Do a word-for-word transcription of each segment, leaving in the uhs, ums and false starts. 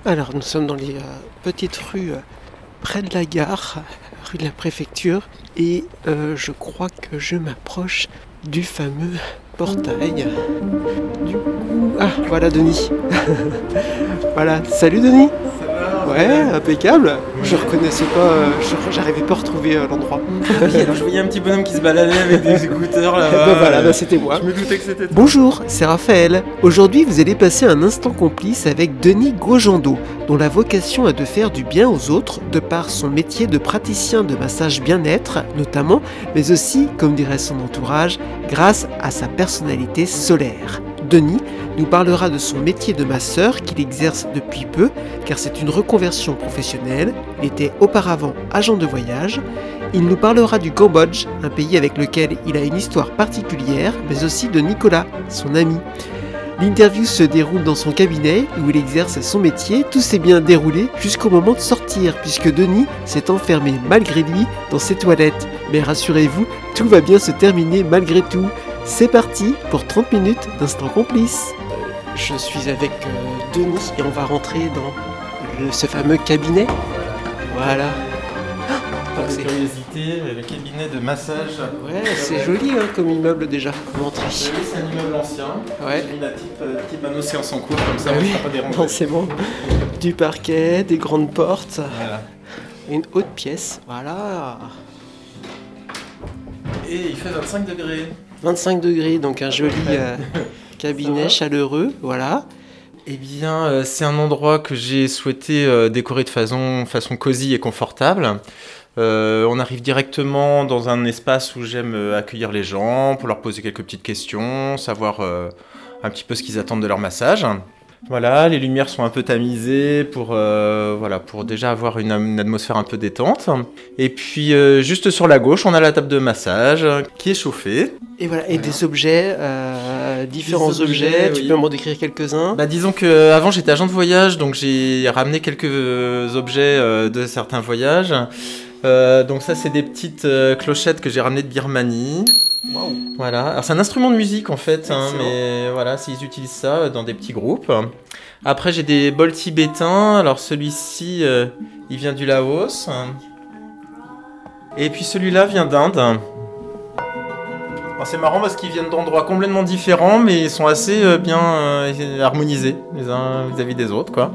Alors nous sommes dans les euh, petites rues euh, près de la gare, rue de la préfecture, et euh, je crois que je m'approche du fameux portail. Du coup... Ah, voilà Denis. Voilà, salut Denis. Ça va? Ouais, impeccable. Ouais. Je reconnaissais pas, euh, je, j'arrivais pas à retrouver euh, l'endroit. Ah oui, alors je voyais un petit bonhomme qui se baladait avec des écouteurs là. Ben voilà, ben c'était moi. Je me doutais que c'était toi. Bonjour, c'est Raphaël. Aujourd'hui, vous allez passer un instant complice avec Denis Gojando, dont la vocation est de faire du bien aux autres, de par son métier de praticien de massage bien-être, notamment, mais aussi, comme dirait son entourage, grâce à sa personnalité solaire. Denis nous parlera de son métier de masseur qu'il exerce depuis peu, car c'est une reconversion professionnelle. Il était auparavant agent de voyage. Il nous parlera du Cambodge, un pays avec lequel il a une histoire particulière, mais aussi de Nicolas, son ami. L'interview se déroule dans son cabinet où il exerce son métier. Tout s'est bien déroulé jusqu'au moment de sortir, puisque Denis s'est enfermé malgré lui dans ses toilettes. Mais rassurez-vous, tout va bien se terminer malgré tout. C'est parti pour trente minutes d'instant complice. Je suis avec euh, Denis et on va rentrer dans le, ce fameux cabinet. Voilà. Par curiosité, le cabinet de massage. Ouais, c'est joli hein, comme immeuble déjà, comme entrée. Oui, c'est un immeuble ancien. Ouais. J'ai mis la type, euh, type anneau séance en cours, comme ça Ah on ne oui, sera pas dérangé. non, c'est bon. Du parquet, des grandes portes. Voilà. Une haute pièce, voilà. Et il fait vingt-cinq degrés. vingt-cinq degrés, donc un joli euh, cabinet chaleureux, voilà. Eh bien, euh, c'est un endroit que j'ai souhaité euh, décorer de façon, façon cosy et confortable. Euh, on arrive directement dans un espace où j'aime euh, accueillir les gens, pour leur poser quelques petites questions, savoir euh, un petit peu ce qu'ils attendent de leur massage. Voilà, les lumières sont un peu tamisées pour, euh, voilà, pour déjà avoir une, une atmosphère un peu détente. Et puis, euh, juste sur la gauche, on a la table de massage qui est chauffée. Et voilà, et voilà. Des objets, euh, différents des objets, objets, tu oui. peux m'en décrire quelques-uns? Bah, disons qu'avant j'étais agent de voyage, donc j'ai ramené quelques objets euh, de certains voyages. Euh, donc ça c'est des petites euh, clochettes que j'ai ramenées de Birmanie. Wow. Voilà, alors c'est un instrument de musique en fait, hein, mais voilà, ils utilisent ça dans des petits groupes. Après j'ai des bols tibétains, alors celui-ci euh, il vient du Laos. Et puis celui-là vient d'Inde. Alors, c'est marrant parce qu'ils viennent d'endroits complètement différents, mais ils sont assez euh, bien euh, harmonisés les uns vis-à-vis des autres, quoi.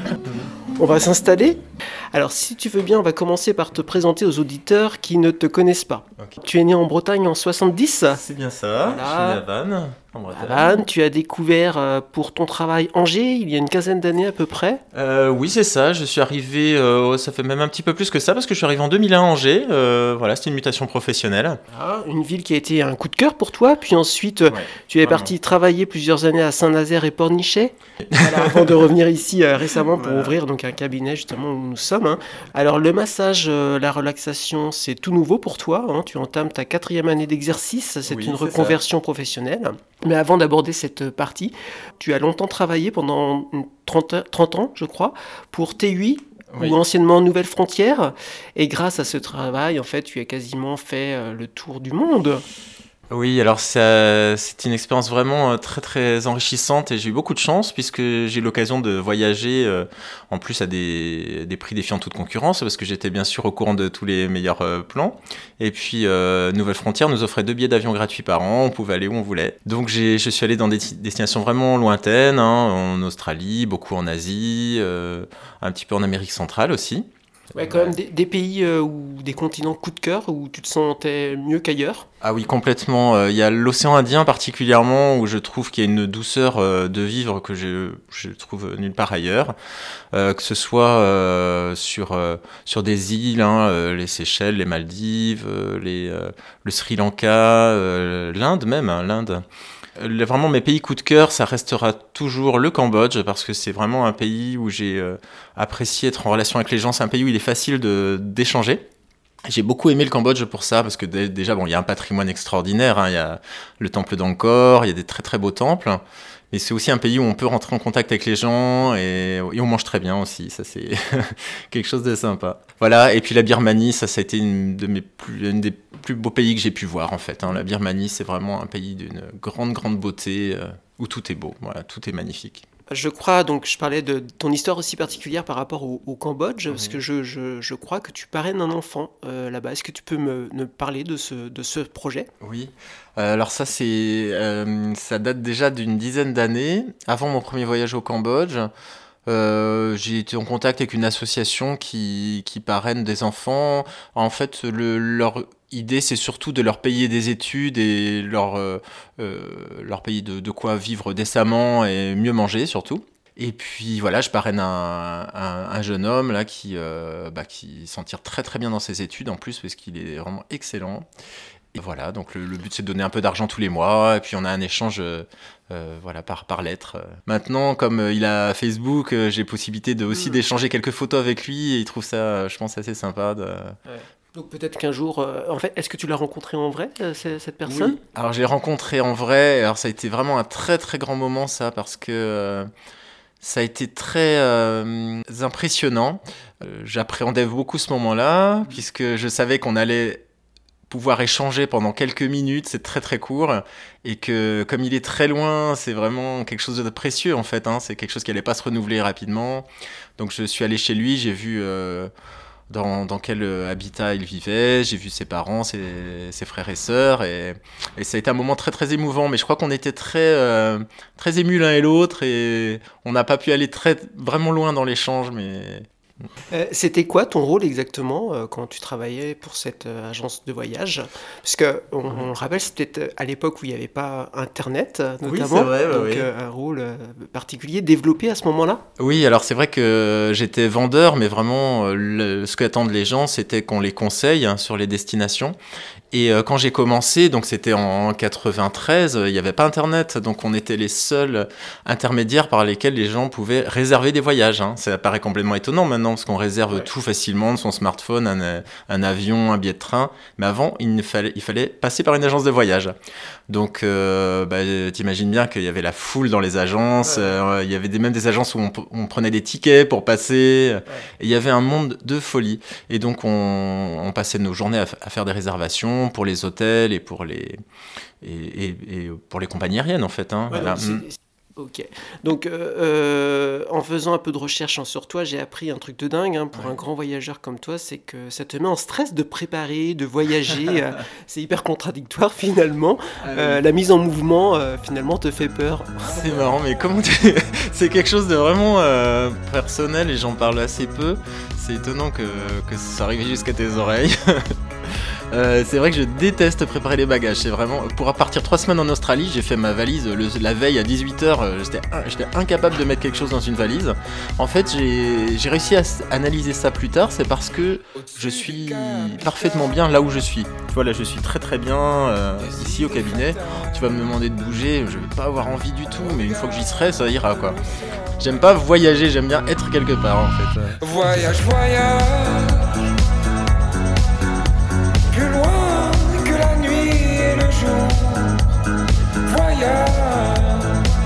On va s'installer. Alors, si tu veux bien, on va commencer par te présenter aux auditeurs qui ne te connaissent pas. Okay. Tu es né en Bretagne en soixante-dix. C'est bien ça, voilà. Je suis né à Vannes, en Bretagne. À Vannes, tu as découvert euh, pour ton travail Angers, il y a une quinzaine d'années à peu près. euh, Oui, c'est ça. Je suis arrivé, euh, ça fait même un petit peu plus que ça, parce que je suis arrivé en deux mille un à Angers. Euh, voilà, c'était une mutation professionnelle. Ah, une ville qui a été un coup de cœur pour toi. Puis ensuite, ouais, tu es vraiment. parti travailler plusieurs années à Saint-Nazaire et Pornichet. Voilà, avant de revenir ici euh, récemment pour voilà. ouvrir donc, un cabinet justement où nous sommes. Hein. Alors le massage, euh, la relaxation, c'est tout nouveau pour toi. Hein. Tu entames ta quatrième année d'exercice. C'est oui, une c'est reconversion ça. professionnelle. Mais avant d'aborder cette partie, tu as longtemps travaillé pendant trente, trente ans, je crois, pour T huit. Oui. Ou anciennement Nouvelles Frontières. Et grâce à ce travail, en fait, tu as quasiment fait euh, le tour du monde. Oui, alors ça, c'est une expérience vraiment très très enrichissante et j'ai eu beaucoup de chance puisque j'ai eu l'occasion de voyager euh, en plus à des, des prix défiant toute concurrence parce que j'étais bien sûr au courant de tous les meilleurs euh, plans. Et puis euh, Nouvelles Frontières nous offrait deux billets d'avion gratuits par an, on pouvait aller où on voulait. Donc j'ai, je suis allé dans des t- destinations vraiment lointaines, hein, en Australie, beaucoup en Asie, euh, un petit peu en Amérique centrale aussi. Ouais, quand même des, des pays euh, ou des continents coup de cœur où tu te sentais mieux qu'ailleurs. Ah oui, complètement. Il euh, y a l'océan Indien particulièrement où je trouve qu'il y a une douceur euh, de vivre que je, je trouve nulle part ailleurs. Euh, que ce soit euh, sur, euh, sur des îles, hein, euh, les Seychelles, les Maldives, euh, les, euh, le Sri Lanka, euh, l'Inde même, hein, l'Inde. Vraiment, mes pays coup de cœur, ça restera toujours le Cambodge parce que c'est vraiment un pays où j'ai euh, apprécié être en relation avec les gens. C'est un pays où il est facile de, d'échanger. J'ai beaucoup aimé le Cambodge pour ça parce que d- déjà, bon, il y a un patrimoine extraordinaire. Hein. Il y a le temple d'Angkor, il y a des très très beaux temples. Mais c'est aussi un pays où on peut rentrer en contact avec les gens et, et on mange très bien aussi. Ça, c'est quelque chose de sympa. Voilà. Et puis la Birmanie, ça, ça a été une de mes plus, une des plus beaux pays que j'ai pu voir en fait. Hein. La Birmanie, c'est vraiment un pays d'une grande grande beauté euh, où tout est beau. Voilà, tout est magnifique. Je crois, donc je parlais de ton histoire aussi particulière par rapport au, au Cambodge, parce Oui. que je, je, je crois que tu parraines un enfant euh, là-bas. Est-ce que tu peux me, me parler de ce, de ce projet? Oui. Euh, alors ça, c'est, euh, ça date déjà d'une dizaine d'années. Avant mon premier voyage au Cambodge, euh, j'ai été en contact avec une association qui, qui parraine des enfants. En fait, le, leur idée, c'est surtout de leur payer des études et leur, euh, euh, leur payer de, de quoi vivre décemment et mieux manger surtout. Et puis voilà, je parraine un, un, un jeune homme là qui, euh, bah, qui s'en tire très très bien dans ses études en plus parce qu'il est vraiment excellent. Et voilà, donc le, le but c'est de donner un peu d'argent tous les mois, et puis on a un échange euh, euh, voilà, par, par lettre. Maintenant, comme euh, il a Facebook, euh, j'ai possibilité de, aussi Hmm. d'échanger quelques photos avec lui, et il trouve ça, euh, je pense, assez sympa. De... Ouais. Donc peut-être qu'un jour, euh, en fait, est-ce que tu l'as rencontré en vrai, euh, c- cette personne? Oui, alors je l'ai rencontré en vrai, alors ça a été vraiment un très très grand moment ça, parce que euh, ça a été très euh, impressionnant. Euh, j'appréhendais beaucoup ce moment-là, puisque je savais qu'on allait pouvoir échanger pendant quelques minutes, c'est très très court, et que comme il est très loin, c'est vraiment quelque chose de précieux en fait, hein, c'est quelque chose qui allait pas se renouveler rapidement. Donc je suis allé chez lui, j'ai vu euh, dans, dans quel habitat il vivait, j'ai vu ses parents, ses, ses frères et sœurs, et, et ça a été un moment très très émouvant, mais je crois qu'on était très, euh, très émus l'un et l'autre, et on n'a pas pu aller très, vraiment loin dans l'échange, mais... Euh, c'était quoi ton rôle exactement euh, quand tu travaillais pour cette euh, agence de voyage? Parce que on, on le rappelle, c'était euh, à l'époque où il n'y avait pas Internet, euh, Oui, c'est notamment, vrai, ouais, donc oui. euh, un rôle euh, particulier développé à ce moment-là. Oui, alors c'est vrai que j'étais vendeur, mais vraiment, euh, le- ce qu'attendent les gens, c'était qu'on les conseille hein, sur les destinations. Et euh, quand j'ai commencé, donc c'était en quatre-vingt-treize, euh, il n'y avait pas Internet, donc on était les seuls intermédiaires par lesquels les gens pouvaient réserver des voyages. Hein. Ça paraît complètement étonnant maintenant, parce qu'on réserve Ouais. tout facilement de son smartphone, un, euh, un avion, un billet de train. Mais avant, il, ne fallait, il fallait passer par une agence de voyage. Donc, euh, bah, t'imagines bien qu'il y avait la foule dans les agences, Ouais, ouais. euh, il y avait des, même des agences où on, on prenait des tickets pour passer, Ouais. et il y avait un monde de folie. Et donc, on, on passait nos journées à, f- à faire des réservations pour les hôtels et pour les, et, et- et pour les compagnies aériennes, en fait. Hein, Ouais, voilà. donc c'est- Mm. c'est- ok. Donc, euh, euh, en faisant un peu de recherche hein, sur toi, j'ai appris un truc de dingue hein, pour Ouais. un grand voyageur comme toi, c'est que ça te met en stress de préparer, de voyager. euh, c'est hyper contradictoire finalement. Euh, la mise en mouvement euh, finalement te fait peur. C'est marrant, mais comment tu... c'est quelque chose de vraiment euh, personnel et j'en parle assez peu. C'est étonnant que, que ça arrive jusqu'à tes oreilles. Euh, c'est vrai que je déteste préparer les bagages. C'est vraiment pour partir trois semaines en Australie, j'ai fait ma valise le- la veille à dix-huit heures. J'étais, in- j'étais incapable de mettre quelque chose dans une valise. En fait, j'ai, j'ai réussi à s- analyser ça plus tard. C'est parce que je suis parfaitement bien là où je suis. Tu vois, là, je suis très très bien euh, ici au cabinet. Tu vas me demander de bouger, je vais pas avoir envie du tout, mais une fois que j'y serai, ça ira quoi. J'aime pas voyager, j'aime bien être quelque part en fait. Voyage, voyage, plus loin que la nuit et le jour. Voyage,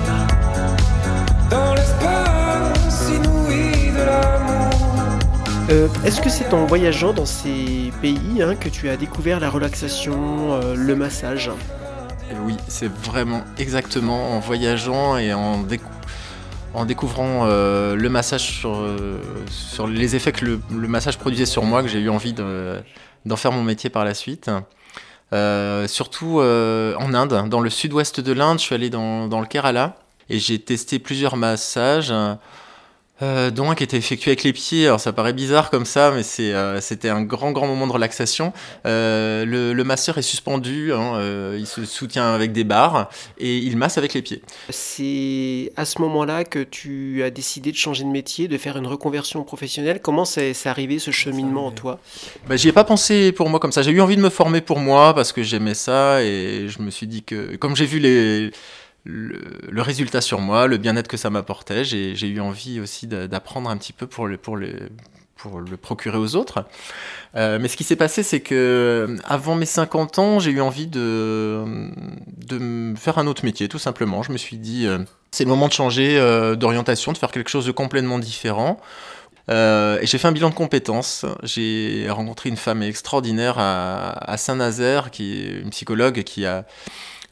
dans l'espace inouï de l'amour. Euh, Est-ce que c'est en voyageant dans ces pays hein, que tu as découvert la relaxation, euh, le massage? Et oui, c'est vraiment exactement en voyageant et en, décou- en découvrant euh, le massage sur, euh, sur les effets que le, le massage produisait sur moi que j'ai eu envie de- d'en faire mon métier par la suite. Euh, surtout euh, en Inde, dans le sud-ouest de l'Inde, je suis allé dans, dans le Kerala et j'ai testé plusieurs massages. Euh, dont un qui était effectué avec les pieds, alors ça paraît bizarre comme ça, mais c'est, euh, c'était un grand grand moment de relaxation. Euh, le, le masseur est suspendu, hein, euh, il se soutient avec des barres et il masse avec les pieds. C'est à ce moment-là que tu as décidé de changer de métier, de faire une reconversion professionnelle. Comment c'est c'est arrivé ce cheminement en toi? Bah, j'y ai pas pensé pour moi comme ça, j'ai eu envie de me former pour moi parce que j'aimais ça et je me suis dit que comme j'ai vu les... Le, le résultat sur moi, le bien-être que ça m'apportait, j'ai, j'ai eu envie aussi d'a- d'apprendre un petit peu pour le, pour le, pour le procurer aux autres. Euh, mais ce qui s'est passé, c'est que avant mes cinquante ans, j'ai eu envie de, de me faire un autre métier, tout simplement. Je me suis dit, euh, c'est le moment de changer euh, d'orientation, de faire quelque chose de complètement différent. Euh, et j'ai fait un bilan de compétences. J'ai rencontré une femme extraordinaire à, à Saint-Nazaire, qui est une psychologue qui a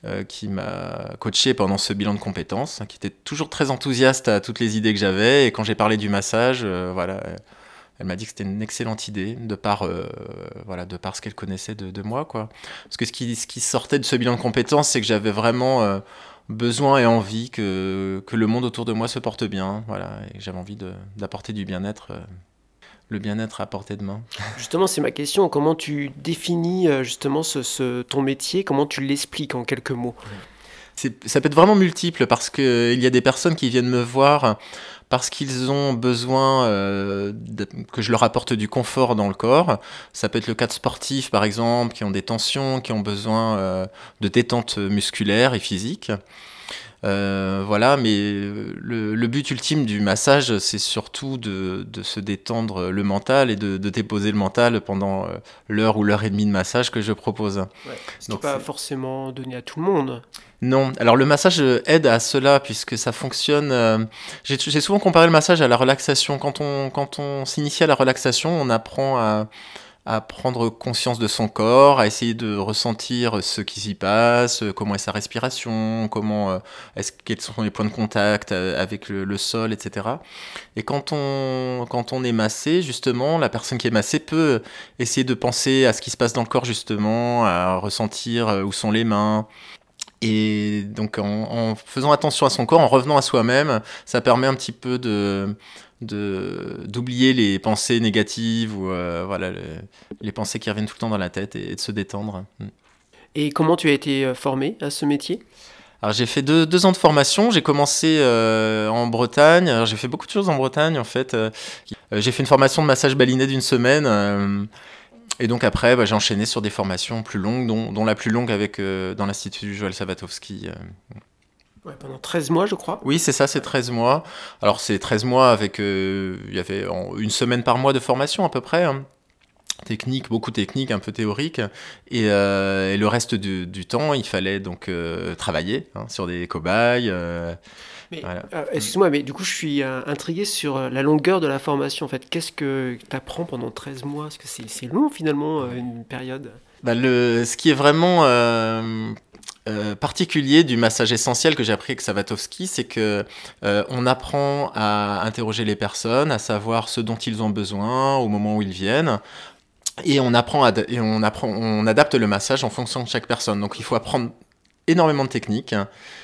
euh, qui m'a coaché pendant ce bilan de compétences, qui était toujours très enthousiaste à toutes les idées que j'avais. Et quand j'ai parlé du massage, euh, voilà, elle m'a dit que c'était une excellente idée, de par, euh, voilà, de par ce qu'elle connaissait de, de moi, quoi. Parce que ce qui, ce qui sortait de ce bilan de compétences, c'est que j'avais vraiment euh, besoin et envie que, que le monde autour de moi se porte bien, voilà, et que j'avais envie de, d'apporter du bien-être, euh, le bien-être à portée de main. Justement, c'est ma question. Comment tu définis euh, justement ce, ce- ton métier? Comment tu l'expliques en quelques mots? C'est, ça peut être vraiment multiple parce qu'il y a des personnes qui viennent me voir parce qu'ils ont besoin euh, de- que je leur apporte du confort dans le corps. Ça peut être le cas de sportifs, par exemple, qui ont des tensions, qui ont besoin euh, de détente musculaire et physique. Euh, voilà, mais le, le but ultime du massage, c'est surtout de, de se détendre le mental et de, de déposer le mental pendant euh, l'heure ou l'heure et demie de massage que je propose. Ouais. Ce qui n'est Donc, pas c'est- forcément donné à tout le monde. Non, alors le massage euh, aide à cela puisque ça fonctionne. euh, j'ai, j'ai souvent comparé le massage à la relaxation. Quand on, quand on s'initie à la relaxation, on apprend à, à prendre conscience de son corps, à essayer de ressentir ce qui s'y passe, euh, comment est sa respiration, comment euh, est-ce, quels sont les points de contact euh, avec le, le sol, et cetera. Et quand on, quand on est massé, justement, la personne qui est massée peut essayer de penser à ce qui se passe dans le corps, justement, à ressentir euh, où sont les mains. Et donc en, en faisant attention à son corps, en revenant à soi-même, ça permet un petit peu de, de, d'oublier les pensées négatives ou euh, voilà, le- les pensées qui reviennent tout le temps dans la tête et, et de se détendre. Mm. Et comment tu as été euh, formé à ce métier? Alors j'ai fait deux, deux ans de formation, j'ai commencé euh, en Bretagne. Alors, j'ai fait beaucoup de choses en Bretagne en fait. Euh, j'ai fait une formation de massage baliné d'une semaine. euh, Et donc après, bah, j'ai enchaîné sur des formations plus longues, dont, dont la plus longue avec, euh, dans l'Institut Joël Savatowski. euh. Ouais, pendant treize mois, je crois. Oui, c'est ça, c'est treize mois. Alors c'est treize mois avec, euh, il y avait en- une semaine par mois de formation à peu près, hein. Technique, beaucoup technique, un peu théorique. Et, euh, et le reste du, du temps, il fallait donc euh, travailler hein, sur des cobayes. euh, Mais, Voilà. euh, excuse-moi, mais du coup, je suis euh, intrigué sur euh, la longueur de la formation. En fait, qu'est-ce que tu apprends pendant treize mois? Parce que c'est c'est long finalement, euh, une période. Bah, le, ce qui est vraiment euh, euh, particulier du massage essentiel que j'ai appris avec Savatowski, c'est que euh, on apprend à interroger les personnes, à savoir ce dont ils ont besoin au moment où ils viennent. Et on apprend, à, et on apprend, on adapte le massage en fonction de chaque personne. Donc il faut apprendre énormément de techniques.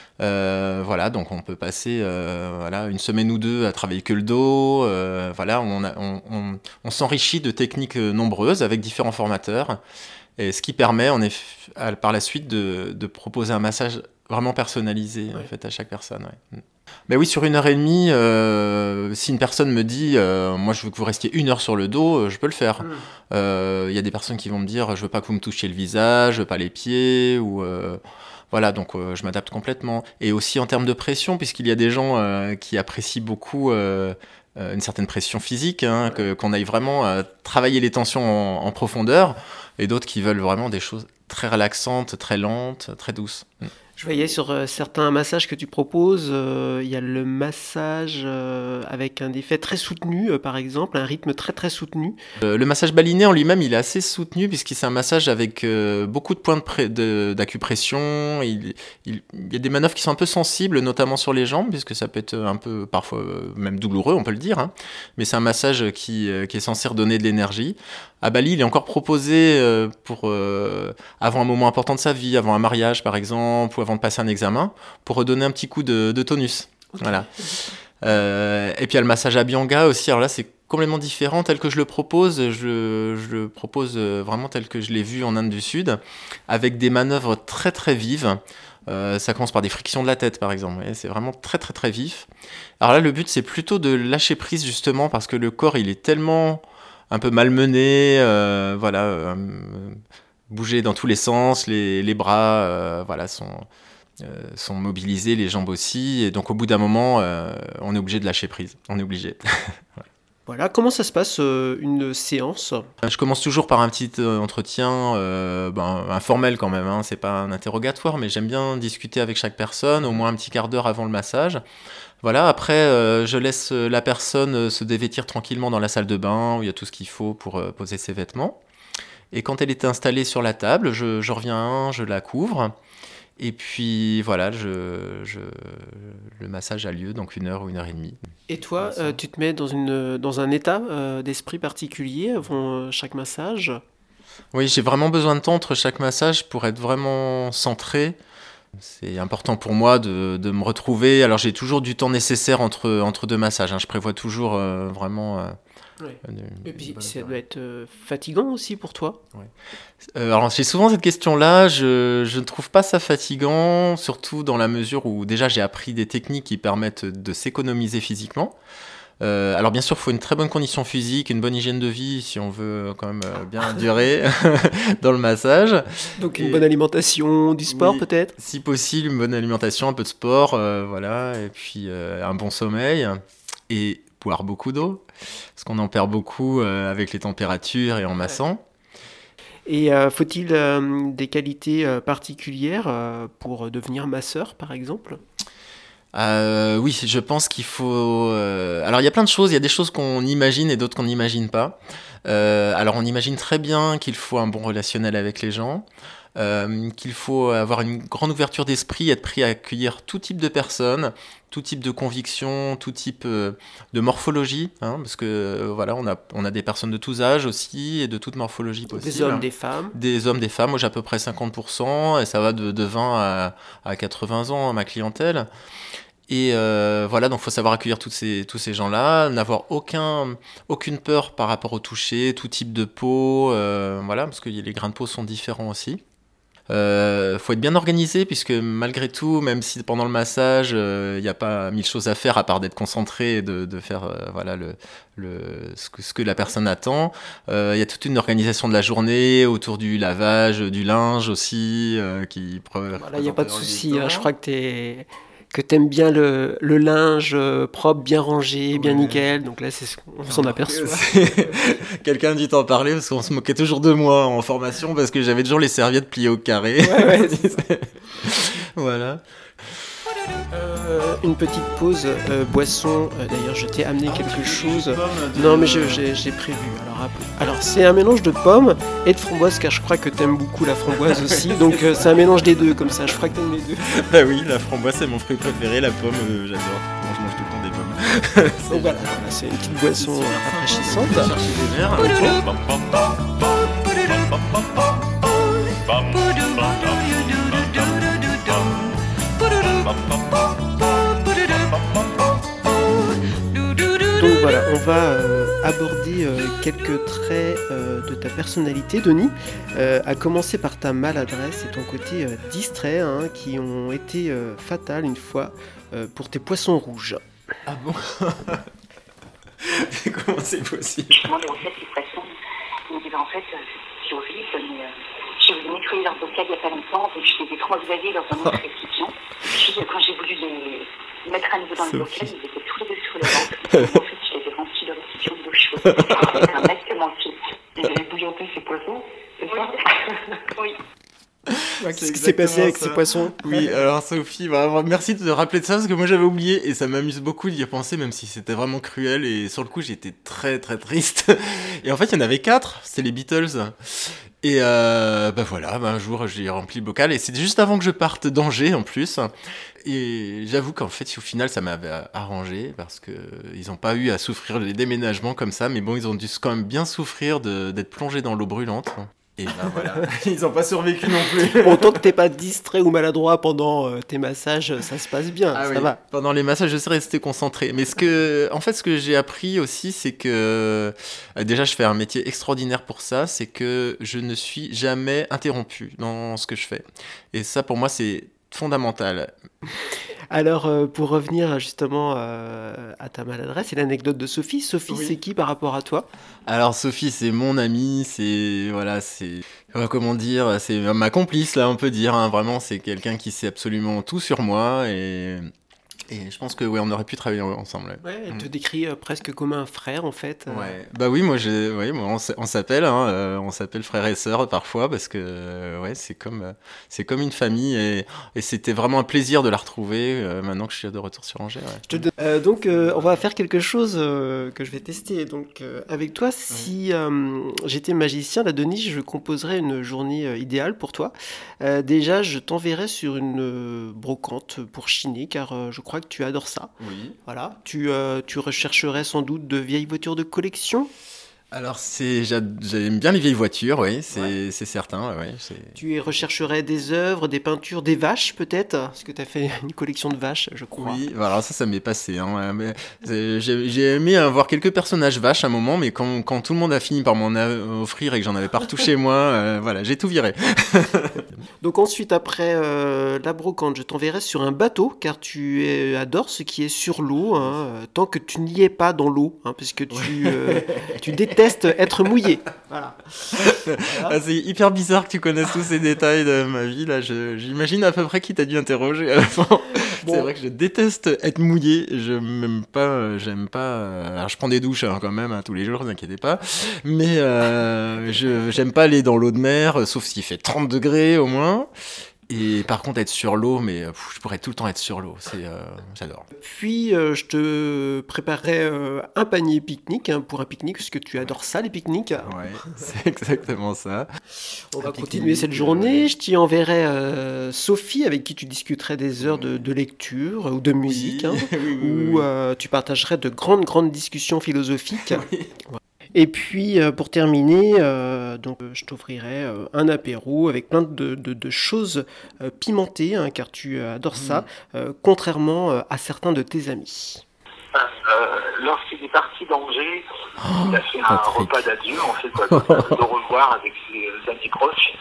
Euh, voilà, donc on peut passer euh, voilà, une semaine ou deux à travailler que le dos. Euh, voilà, on, a- on, on- on s'enrichit de techniques euh, nombreuses avec différents formateurs. Et ce qui permet en eff- à- par la suite de, de proposer un massage vraiment personnalisé en Ouais. fait, à chaque personne. Ouais. Mm. Mais oui, sur une heure et demie, euh, si une personne me dit euh, moi je veux que vous restiez une heure sur le dos, euh, je peux le faire. Hmm. Euh, Il y a des personnes qui vont me dire je veux pas que vous me touchiez le visage, je veux pas les pieds, ou euh, voilà, donc euh, je m'adapte complètement. Et aussi en termes de pression, puisqu'il y a des gens euh, qui apprécient beaucoup euh, euh, une certaine pression physique, hein, que- qu'on aille vraiment euh, travailler les tensions en, en profondeur, et d'autres qui veulent vraiment des choses très relaxantes, très lentes, très douces. Mm. Je voyais sur euh, certains massages que tu proposes, euh, il y a le massage euh, avec un effet très soutenu, euh, par exemple, un rythme très très soutenu. Euh, le massage baliné en lui-même, il est assez soutenu puisqu'il c'est un massage avec euh, beaucoup de points de pré- de- d'acupression. Il, il- il y a des manœuvres qui sont un peu sensibles, notamment sur les jambes, puisque ça peut être un peu, parfois euh, même douloureux, on peut le dire. Hein. Mais c'est un massage qui, euh, qui est censé redonner de l'énergie. À Bali, il est encore proposé euh, pour euh, avant un moment important de sa vie, avant un mariage par exemple, ou avant de passer un examen, pour redonner un petit coup de, de tonus. Voilà. Euh, et puis il y a le massage Abhyanga aussi. Alors là, c'est complètement différent tel que je le propose. Je, je le propose euh, vraiment tel que je l'ai vu en Inde du Sud, avec des manœuvres très très vives. Euh, ça commence par des frictions de la tête, par exemple. Vous voyez, c'est vraiment très très très vif. Alors là, le but, c'est plutôt de lâcher prise justement parce que le corps, il est tellement un peu malmené, euh, voilà, euh, bouger dans tous les sens, les, les bras, euh, voilà, sont euh, sont mobilisés, les jambes aussi, et donc au bout d'un moment, euh, on est obligé de lâcher prise. On est obligé. Voilà, comment ça se passe euh, une séance? Je commence toujours par un petit euh, entretien, euh, ben, informel quand même, hein, c'est pas un interrogatoire, mais j'aime bien discuter avec chaque personne, au moins un petit quart d'heure avant le massage. Voilà, après, euh, je laisse la personne euh, se dévêtir tranquillement dans la salle de bain, où il y a tout ce qu'il faut pour euh, poser ses vêtements. Et quand elle est installée sur la table, je, je reviens, je la couvre. Et puis voilà, je, je, le massage a lieu, donc une heure ou une heure et demie. Et toi, Voilà, euh, tu te mets dans, une, dans un état euh, d'esprit particulier avant euh, chaque massage? Oui, j'ai vraiment besoin de temps entre chaque massage pour être vraiment centré. C'est important pour moi de, de me retrouver. Alors j'ai toujours du temps nécessaire entre, entre deux massages, hein. Je prévois toujours euh, vraiment... euh, Ouais. une- Et puis une bonne ça durée. doit être euh, fatigant aussi pour toi. Euh, alors j'ai souvent cette question-là, je, je ne trouve pas ça fatigant, surtout dans la mesure où déjà j'ai appris des techniques qui permettent de s'économiser physiquement. Euh, alors bien sûr, il faut une très bonne condition physique, une bonne hygiène de vie si on veut quand même euh, bien durer dans le massage. Donc une Et- bonne alimentation, du sport Oui. peut-être? Si possible, une bonne alimentation, un peu de sport, euh, voilà, et puis euh, un bon sommeil et boire beaucoup d'eau, parce qu'on en perd beaucoup euh, avec les températures et en massant. Et euh, faut-il euh, des qualités euh, particulières euh, pour devenir masseur par exemple? Euh, oui, je pense qu'il faut. euh, Alors, il y a plein de choses. Il y a des choses qu'on imagine et d'autres qu'on n'imagine pas. Euh, alors, on imagine très bien qu'il faut un bon relationnel avec les gens, euh, qu'il faut avoir une grande ouverture d'esprit, être prêt à accueillir tout type de personnes, tout type de convictions, tout type euh, de morphologie, hein, parce que euh, voilà, on a, on a des personnes de tous âges aussi et de toute morphologie possible. Des hommes, des femmes? Des hommes, des femmes. Moi, j'ai à peu près cinquante pour cent et ça va de, de vingt à, à quatre-vingts ans, ma clientèle. Et euh, voilà, donc il faut savoir accueillir tous ces, tous ces gens-là, n'avoir aucun, aucune peur par rapport au toucher, tout type de peau, euh, voilà, parce que les grains de peau sont différents aussi. Il euh, faut être bien organisé, puisque malgré tout, même si pendant le massage, il euh, n'y a pas mille choses à faire à part d'être concentré et de, de faire euh, voilà, le, le, ce, que, ce que la personne attend, il euh, y a toute une organisation de la journée autour du lavage, du linge aussi, euh, qui... Voilà, il n'y a pas de souci, hein, je crois que t'es... que t'aimes bien le, le linge euh, propre, bien rangé, bien Ouais. nickel. Donc là, c'est ce qu'on s'en aperçoit. C'est- Quelqu'un dit t'en parler parce qu'on se moquait toujours de moi en formation parce que j'avais toujours les serviettes pliées au carré. Ouais, ouais. Voilà. Euh, une petite pause euh, boisson. Euh, D'ailleurs, je t'ai amené quelque chose. Non, mais je- j'ai j'ai prévu. Alors, hop. Alors, c'est un mélange de pommes et de framboises, car je crois que t'aimes beaucoup la framboise aussi. Donc, euh, c'est un mélange des deux, comme ça. Je crois que t'aimes les deux. Bah oui, la framboise c'est mon fruit préféré, la pomme euh, j'adore. Moi je mange tout le temps des pommes. C'est Donc voilà, voilà, c'est une petite boisson euh, rafraîchissante. chercher des verres. Donc voilà, on va euh, aborder euh, quelques traits euh, de ta personnalité, Denis, euh, à commencer par ta maladresse et ton côté euh, distrait, hein, qui ont été euh, fatales une fois euh, pour tes poissons rouges. Ah bon? Comment c'est possible? Justement, dans cette expression, il me dit, bah, en fait, euh, c'est horrible, mais euh, j'ai voulu nettoyer leur bocal il n'y a pas longtemps, donc je les ai transvasés dans un autre récipient. Puis, euh, quand j'ai voulu les mettre à nouveau dans le bocal, ils étaient tous les deux sur le ventre. En fait, je les ai remplis de récipient d'eau chaude. C'est un acte manqué. Vous avez bouillanté ces poissons, c'est ça? Oui. Qu'est-ce qui s'est passé avec ces poissons? Oui, alors Sophie, vraiment, merci de te rappeler de ça parce que moi j'avais oublié et ça m'amuse beaucoup d'y penser, même si c'était vraiment cruel et sur le coup j'étais très très triste. Et en fait il y en avait quatre, c'était les Beatles. Et euh, bah voilà, bah un jour j'ai rempli le bocal et c'était juste avant que je parte d'Angers en plus. Et j'avoue qu'en fait au final ça m'avait arrangé parce que ils ont pas eu à souffrir les déménagements comme ça, mais bon ils ont dû quand même bien souffrir de, d'être plongés dans l'eau brûlante. Et ben voilà, ils ont pas survécu non plus. Bon, tant que t'es pas distrait ou maladroit pendant euh, tes massages, ça se passe bien, Ah ça oui. va. Pendant les massages, je sais rester concentré. Mais ce que, en fait, ce que j'ai appris aussi, c'est que euh, déjà, je fais un métier extraordinaire pour ça, c'est que je ne suis jamais interrompu dans ce que je fais. Et ça, pour moi, c'est fondamental. Alors, euh, pour revenir justement euh, à ta maladresse et l'anecdote de Sophie, Sophie, Oui. c'est qui par rapport à toi? Alors Sophie, c'est mon amie, c'est voilà, c'est euh, comment dire, c'est ma complice là, on peut dire. Hein, vraiment, c'est quelqu'un qui sait absolument tout sur moi et Et je pense que ouais, on aurait pu travailler ensemble. Ouais, Ouais, elle te Mm. décrit euh, presque comme un frère en fait. euh. Ouais. Bah oui, moi, j'ai, ouais, moi, on, s- on s'appelle, hein, euh, on s'appelle frères et sœurs parfois parce que euh, ouais, c'est comme, euh, c'est comme une famille et, et c'était vraiment un plaisir de la retrouver euh, maintenant que je suis de retour sur Angers. Ouais. Je te donne- Euh, donc, euh, on va faire quelque chose euh, que je vais tester. Donc, euh, avec toi, si euh, j'étais magicien, la Denis, je composerais une journée euh, idéale pour toi. Euh, déjà, je t'enverrai sur une euh, brocante pour chiner, car euh, je crois que tu adores ça. Oui. Voilà. Tu, euh, tu rechercherais sans doute de vieilles voitures de collection. Alors c'est, j'a- j'aime bien les vieilles voitures, oui, c'est, c'est certain, ouais, c'est. Tu y rechercherais des œuvres, des peintures, des vaches peut-être, parce que tu as fait une collection de vaches, je crois. Oui, voilà, ça, ça m'est passé. Hein, ouais, mais c'est- j'ai, j'ai aimé avoir quelques personnages vaches à un moment, mais quand, quand tout le monde a fini par m'en a- offrir et que j'en avais partout chez moi, euh, voilà, j'ai tout viré. Donc ensuite, après euh, la brocante, je t'enverrai sur un bateau, car tu es- adores ce qui est sur l'eau, hein, euh, tant que tu n'y es pas dans l'eau, hein, parce que tu, euh, tu détestes être mouillé. Voilà. Ah, c'est hyper bizarre que tu connaisses tous ces détails de ma vie. Là, je- j'imagine à peu près qui t'a dû interroger à la fin. Bon. C'est vrai que je déteste être mouillé. Je m'aime pas, euh, j'aime pas. euh, Alors, je prends des douches hein, quand même hein, tous les jours, ne vous inquiétez pas. Mais euh, je j'aime pas aller dans l'eau de mer, euh, sauf s'il fait trente degrés au moins. Et par contre, être sur l'eau, mais euh, pff, je pourrais tout le temps être sur l'eau. C'est, euh, j'adore. Puis euh, je te préparerai euh, un panier pique-nique, hein, pour un pique-nique, parce que tu adores ça, les pique-niques. Ouais, c'est exactement ça. On va Un pique-nique, continuer cette journée. Je t'y enverrai euh, Sophie, avec qui tu discuterais des heures de, de lecture ou de musique, hein, Oui, oui, oui, où oui. euh, tu partagerais de grandes, grandes discussions philosophiques. Oui. Et puis, euh, pour terminer, euh, donc, euh, je t'offrirai euh, un apéro avec plein de, de- de choses euh, pimentées, hein, car tu euh, adores ça, euh, contrairement euh, à certains de tes amis. Euh, Lorsqu'il est parti d'Angers, il a fait un Patrick. repas d'adieu, en fait, quoi, de, de revoir avec ses amis proches.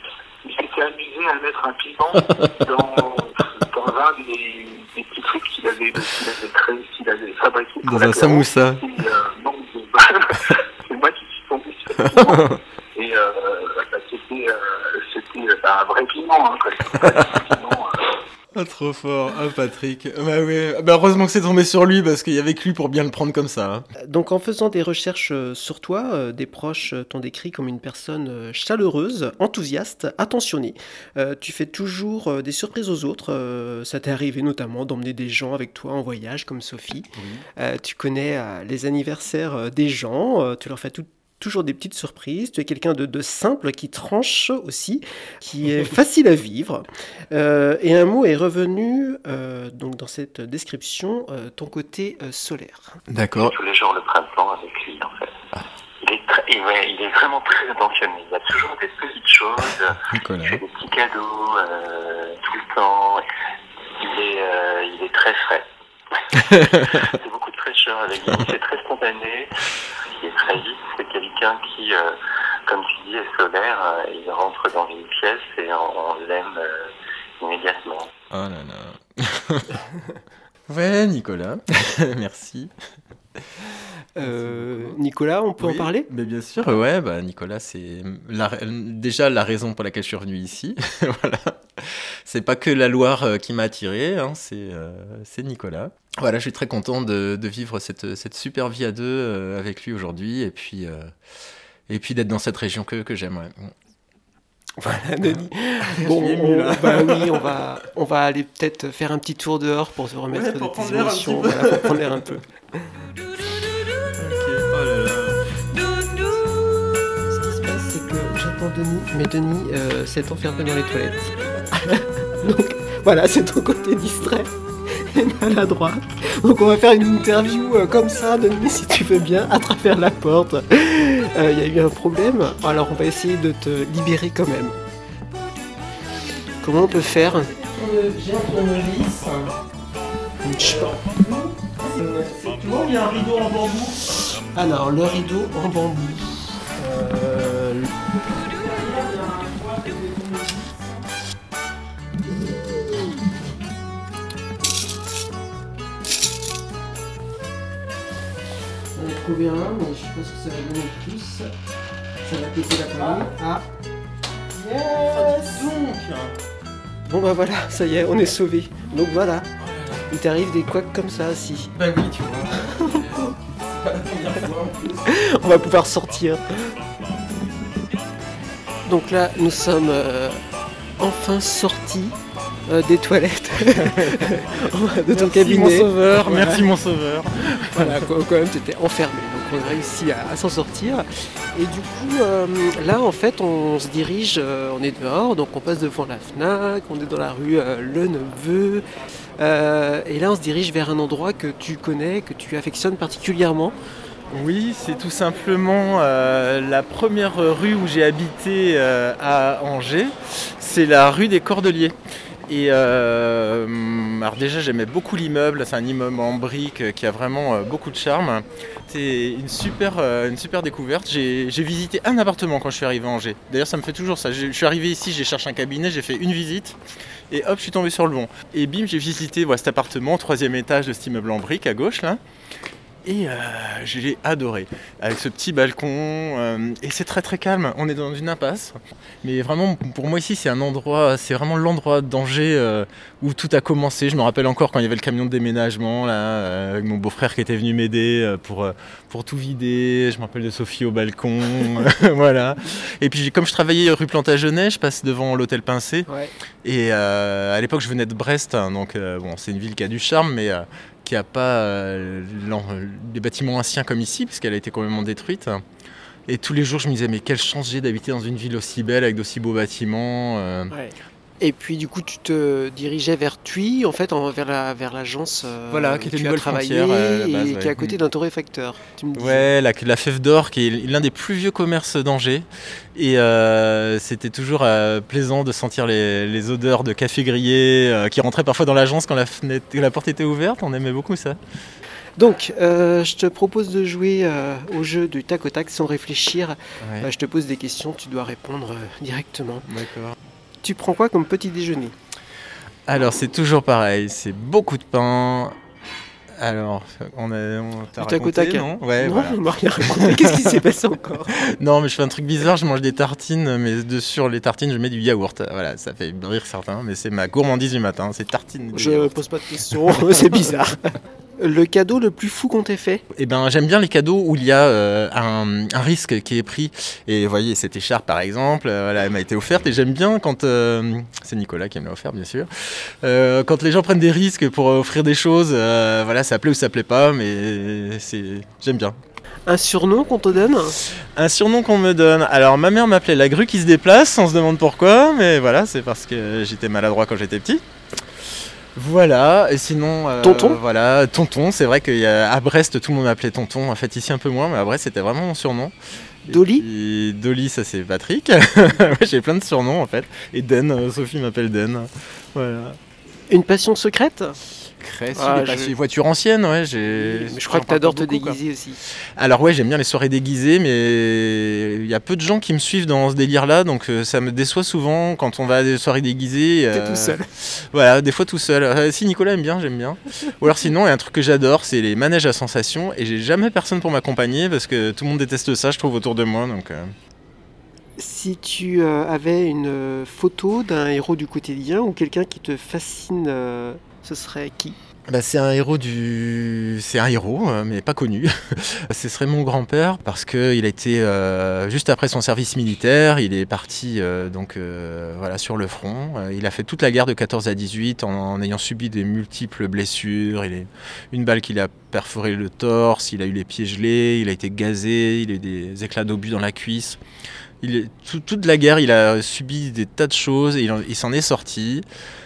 Il s'était amusé à mettre un piment dans, dans un des, des petits trucs qu'il avait, qu'il avait créé, qu'il avait fabriqué. pour Dans un l'apéro. samoussa. Et, euh, non, c'est c'est moi qui suis tombé sur le piment. Et euh, bah, c'était, euh, c'était bah, un vrai piment, hein, quoi. C'était pas du piment, euh, Ah, trop fort, ah Patrick. Bah ouais, bah heureusement que c'est tombé sur lui parce qu'il y avait que lui pour bien le prendre comme ça. hein. Donc, en faisant des recherches euh, sur toi, euh, des proches euh, t'ont décrit comme une personne euh, chaleureuse, enthousiaste, attentionnée. Euh, tu fais toujours euh, des surprises aux autres. euh, ça t'est arrivé notamment d'emmener des gens avec toi en voyage, comme Sophie. Euh, tu connais euh, les anniversaires euh, des gens, euh, tu leur fais tout- toujours des petites surprises. Tu es quelqu'un de, de simple, qui tranche aussi, qui est facile à vivre. Euh, et un mot est revenu euh, donc dans cette description, euh, ton côté euh, solaire. D'accord. tous les jours le printemps avec lui, en fait. Il est, très, et ouais, il est vraiment très attentionné. Il y a toujours des petites choses. Nicolas. Il fait des petits cadeaux euh, tout le temps. Il est, euh, il est très frais. C'est beaucoup de fraîcheur avec lui. C'est très spontané. Il est très vite. C'est quelqu'un qui, euh, comme tu dis, est solaire. Euh, il rentre dans une pièce et on, on l'aime euh, immédiatement. Oh là là. Ouais, Nicolas. Merci. Euh, Nicolas, on peut Oui, en parler? Mais bien sûr, ouais, bah Nicolas, c'est la- déjà la raison pour laquelle je suis revenu ici. Voilà. C'est pas que la Loire euh, qui m'a attiré, hein, c'est euh, c'est Nicolas. Voilà, je suis très content de, de vivre cette, cette super vie à deux euh, avec lui aujourd'hui et puis, euh, et puis d'être dans cette région que, que j'aime. Ouais. Voilà, Denis. Bon, suis ému, on, là. bah oui, on va, on va aller peut-être faire un petit tour dehors pour se remettre Ouais, de pour tes prendre l'air un émotions. petit peu. Voilà, pour prendre l'air un peu. Oh là là. Ce qui se passe, c'est que j'attends Denis, mais Denis euh, s'est enfermé dans les toilettes. Donc voilà, c'est ton côté distrait et maladroit. Donc on va faire une interview euh, comme ça, Denis, si tu veux bien, à travers la porte. Il y a eu un problème, alors on va essayer de te libérer quand même. Comment on peut faire? J'ai un tournevis. Tu vois, il y a un rideau en bambou. Alors, le rideau en bambou. Euh, On a trouvé un, mais je pense que ça va donner plus. Ça va péter la poignée. Ah. Yes. Bon bah voilà, ça y est, on est sauvé. Donc voilà. Il t'arrive des couacs comme ça, si. Bah oui, tu vois. C'est pas la première fois en plus. On va pouvoir sortir. Donc là, nous sommes euh, enfin sortis euh, des toilettes de ton Merci cabinet. mon sauveur, Voilà. merci mon sauveur. Voilà, quand quand même, tu étais enfermé. Donc on a réussi à, à s'en sortir. Et du coup, euh, là, en fait, on se dirige, euh, on est dehors, donc on passe devant la Fnac, on est dans la rue euh, Le Neveu. Euh, et là, on se dirige vers un endroit que tu connais, que tu affectionnes particulièrement. Oui, c'est tout simplement euh, la première rue où j'ai habité euh, à Angers, c'est la rue des Cordeliers. Et euh, alors déjà j'aimais beaucoup l'immeuble, c'est un immeuble en briques qui a vraiment euh, beaucoup de charme. C'est une super, euh, une super découverte. J'ai, j'ai visité un appartement quand je suis arrivé à Angers. D'ailleurs ça me fait toujours ça. Je suis arrivé ici, j'ai cherché un cabinet, j'ai fait une visite et hop je suis tombé sur le bon. Et bim j'ai visité voilà, cet appartement, troisième étage de cet immeuble en briques à gauche là. Et euh, je l'ai adoré, avec ce petit balcon, euh, et c'est très très calme, on est dans une impasse. Mais vraiment, pour moi ici, c'est un endroit, c'est vraiment l'endroit d'Angers euh, où tout a commencé. Je me rappelle encore quand il y avait le camion de déménagement, là, euh, avec mon beau-frère qui était venu m'aider euh, pour, euh, pour tout vider. Je me rappelle de Sophie au balcon, voilà. Et puis comme je travaillais rue Plantagenet, je passe devant l'hôtel Pincé. Ouais. Et euh, à l'époque, je venais de Brest, hein, donc euh, bon, c'est une ville qui a du charme, mais... Euh, qui n'a pas euh, des bâtiments anciens comme ici, puisqu'elle a été complètement détruite. Et tous les jours, je me disais, mais quelle chance j'ai d'habiter dans une ville aussi belle, avec d'aussi beaux bâtiments. Euh... Ouais. Et puis du coup, tu te dirigeais vers Thuy, en fait, en, vers, la, vers l'agence euh, Voilà, qui était où une tu as nouvelle travaillé frontière, euh, à la base, et ouais. qui est à côté d'un torréfacteur. Tu me disais. Ouais, la, la Fève d'Or, qui est l'un des plus vieux commerces d'Angers. Et euh, c'était toujours euh, plaisant de sentir les, les odeurs de café grillé euh, qui rentraient parfois dans l'agence quand la, fenêtre, la porte était ouverte. On aimait beaucoup ça. Donc, euh, je te propose de jouer euh, au jeu du tac au tac sans réfléchir. Ouais, Euh, je te pose des questions, tu dois répondre euh, directement. d'accord. Tu prends quoi comme petit déjeuner? Alors, c'est toujours pareil, c'est beaucoup de pain. Alors, on a, on t'a Du tac au raconté, tac, non Ouais, Non, voilà. on m'a rien raconté. Qu'est-ce qui s'est passé encore? Non, mais je fais un truc bizarre, je mange des tartines, mais de, sur les tartines, je mets du yaourt. Voilà, ça fait rire certains, mais c'est ma gourmandise du matin, c'est tartines de Je yaourt. pose pas de questions, c'est bizarre. Le cadeau le plus fou qu'on t'ait fait? Eh ben, j'aime bien les cadeaux où il y a euh, un, un risque qui est pris. Et vous voyez, cette écharpe, par exemple, euh, voilà, elle m'a été offerte. Et j'aime bien quand... euh, c'est Nicolas qui me l'a offert, bien sûr. Euh, quand les gens prennent des risques pour offrir des choses, euh, voilà, ça plaît ou ça plaît pas, mais c'est, j'aime bien. Un surnom qu'on te donne? Un surnom qu'on me donne. Alors, ma mère m'appelait la grue qui se déplace, on se demande pourquoi, mais voilà, c'est parce que j'étais maladroit quand j'étais petit. Voilà, et sinon... euh, Tonton Voilà, Tonton, c'est vrai qu'à Brest, tout le monde m'appelait Tonton. En fait, ici un peu moins, mais à Brest, c'était vraiment mon surnom. Et Dolly puis, Dolly, ça c'est Patrick. Ouais, j'ai plein de surnoms en fait. Et Den, euh, Sophie m'appelle Den. Voilà. Une passion secrète? Cresse, Ah, les je- passions- voitures anciennes, ouais. J'ai... Mais je crois que t'adores te déguiser aussi. Alors ouais, j'aime bien les soirées déguisées, mais il y a peu de gens qui me suivent dans ce délire-là, donc euh, ça me déçoit souvent quand on va à des soirées déguisées. T'es euh, tout seul. Voilà, des fois tout seul. Euh, si Nicolas aime bien, j'aime bien. Ou alors sinon, il y a un truc que j'adore, c'est les manèges à sensations, et j'ai jamais personne pour m'accompagner parce que tout le monde déteste ça, je trouve, autour de moi. Donc, euh, Si tu euh, avais une euh, photo d'un héros du quotidien ou quelqu'un qui te fascine, euh, ce serait qui? Bah, c'est un héros du, c'est un héros, euh, mais pas connu. Ce serait mon grand-père parce que il a été euh, juste après son service militaire, il est parti euh, donc euh, voilà sur le front. Euh, il a fait toute la guerre de quatorze à dix-huit en, en ayant subi des multiples blessures. Il est une balle qui l'a perforé le torse, il a eu les pieds gelés, il a été gazé, il a eu des éclats d'obus dans la cuisse. Il est, tout- toute la guerre, il a subi des tas de choses et il, en- il s'en est sorti.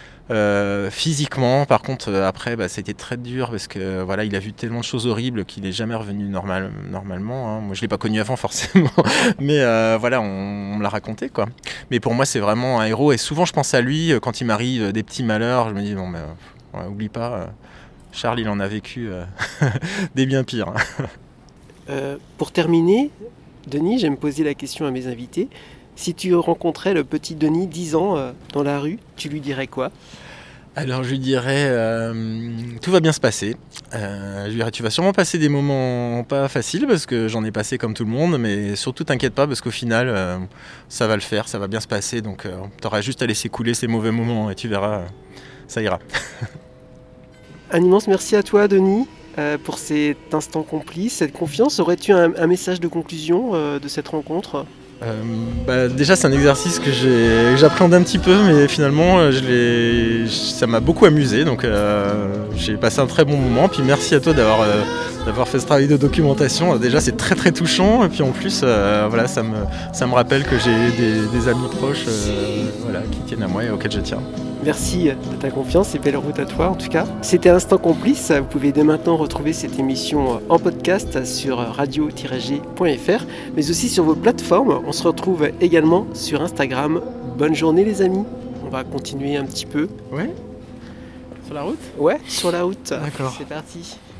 Euh, physiquement, par contre, euh, après, bah, ça a été très dur parce que euh, voilà, il a vu tellement de choses horribles qu'il n'est jamais revenu normal, normalement. Hein. Moi, je l'ai pas connu avant forcément, mais euh, voilà, on, on me l'a raconté quoi. Mais pour moi, c'est vraiment un héros et souvent, je pense à lui euh, quand il m'arrive euh, des petits malheurs. Je me dis bon, mais euh, ouais, oublie pas, euh, Charles, il en a vécu euh, des bien pires. Hein. Euh, Pour terminer, Denis, j'aime poser la question à mes invités. Si tu rencontrais le petit Denis, dix ans, euh, dans la rue, tu lui dirais quoi? Alors je lui dirais, euh, tout va bien se passer. Euh, je lui dirais, tu vas sûrement passer des moments pas faciles parce que j'en ai passé comme tout le monde, mais surtout t'inquiète pas parce qu'au final, euh, ça va le faire, ça va bien se passer. Donc euh, t'auras juste à laisser couler ces mauvais moments et tu verras, euh, ça ira. Un immense merci à toi, Denis, euh, pour cet instant complice, cette confiance. Aurais-tu un, un message de conclusion euh, de cette rencontre ? Euh, bah, déjà c'est un exercice que, j'ai, que j'appréhende un petit peu, mais finalement je l'ai, ça m'a beaucoup amusé, donc euh, j'ai passé un très bon moment. Puis merci à toi d'avoir, euh, d'avoir fait ce travail de documentation. Déjà c'est très très touchant, et puis en plus euh, voilà, ça, me, ça me rappelle que j'ai des, des amis proches euh, voilà, qui tiennent à moi et auxquels je tiens. Merci de ta confiance et belle route à toi en tout cas. C'était Instant Complice, vous pouvez dès maintenant retrouver cette émission en podcast sur radio tiret g point f r, mais aussi sur vos plateformes. On se retrouve également sur Instagram. Bonne journée les amis, on va continuer un petit peu. Ouais ? Sur la route ? Ouais, sur la route. D'accord. C'est parti.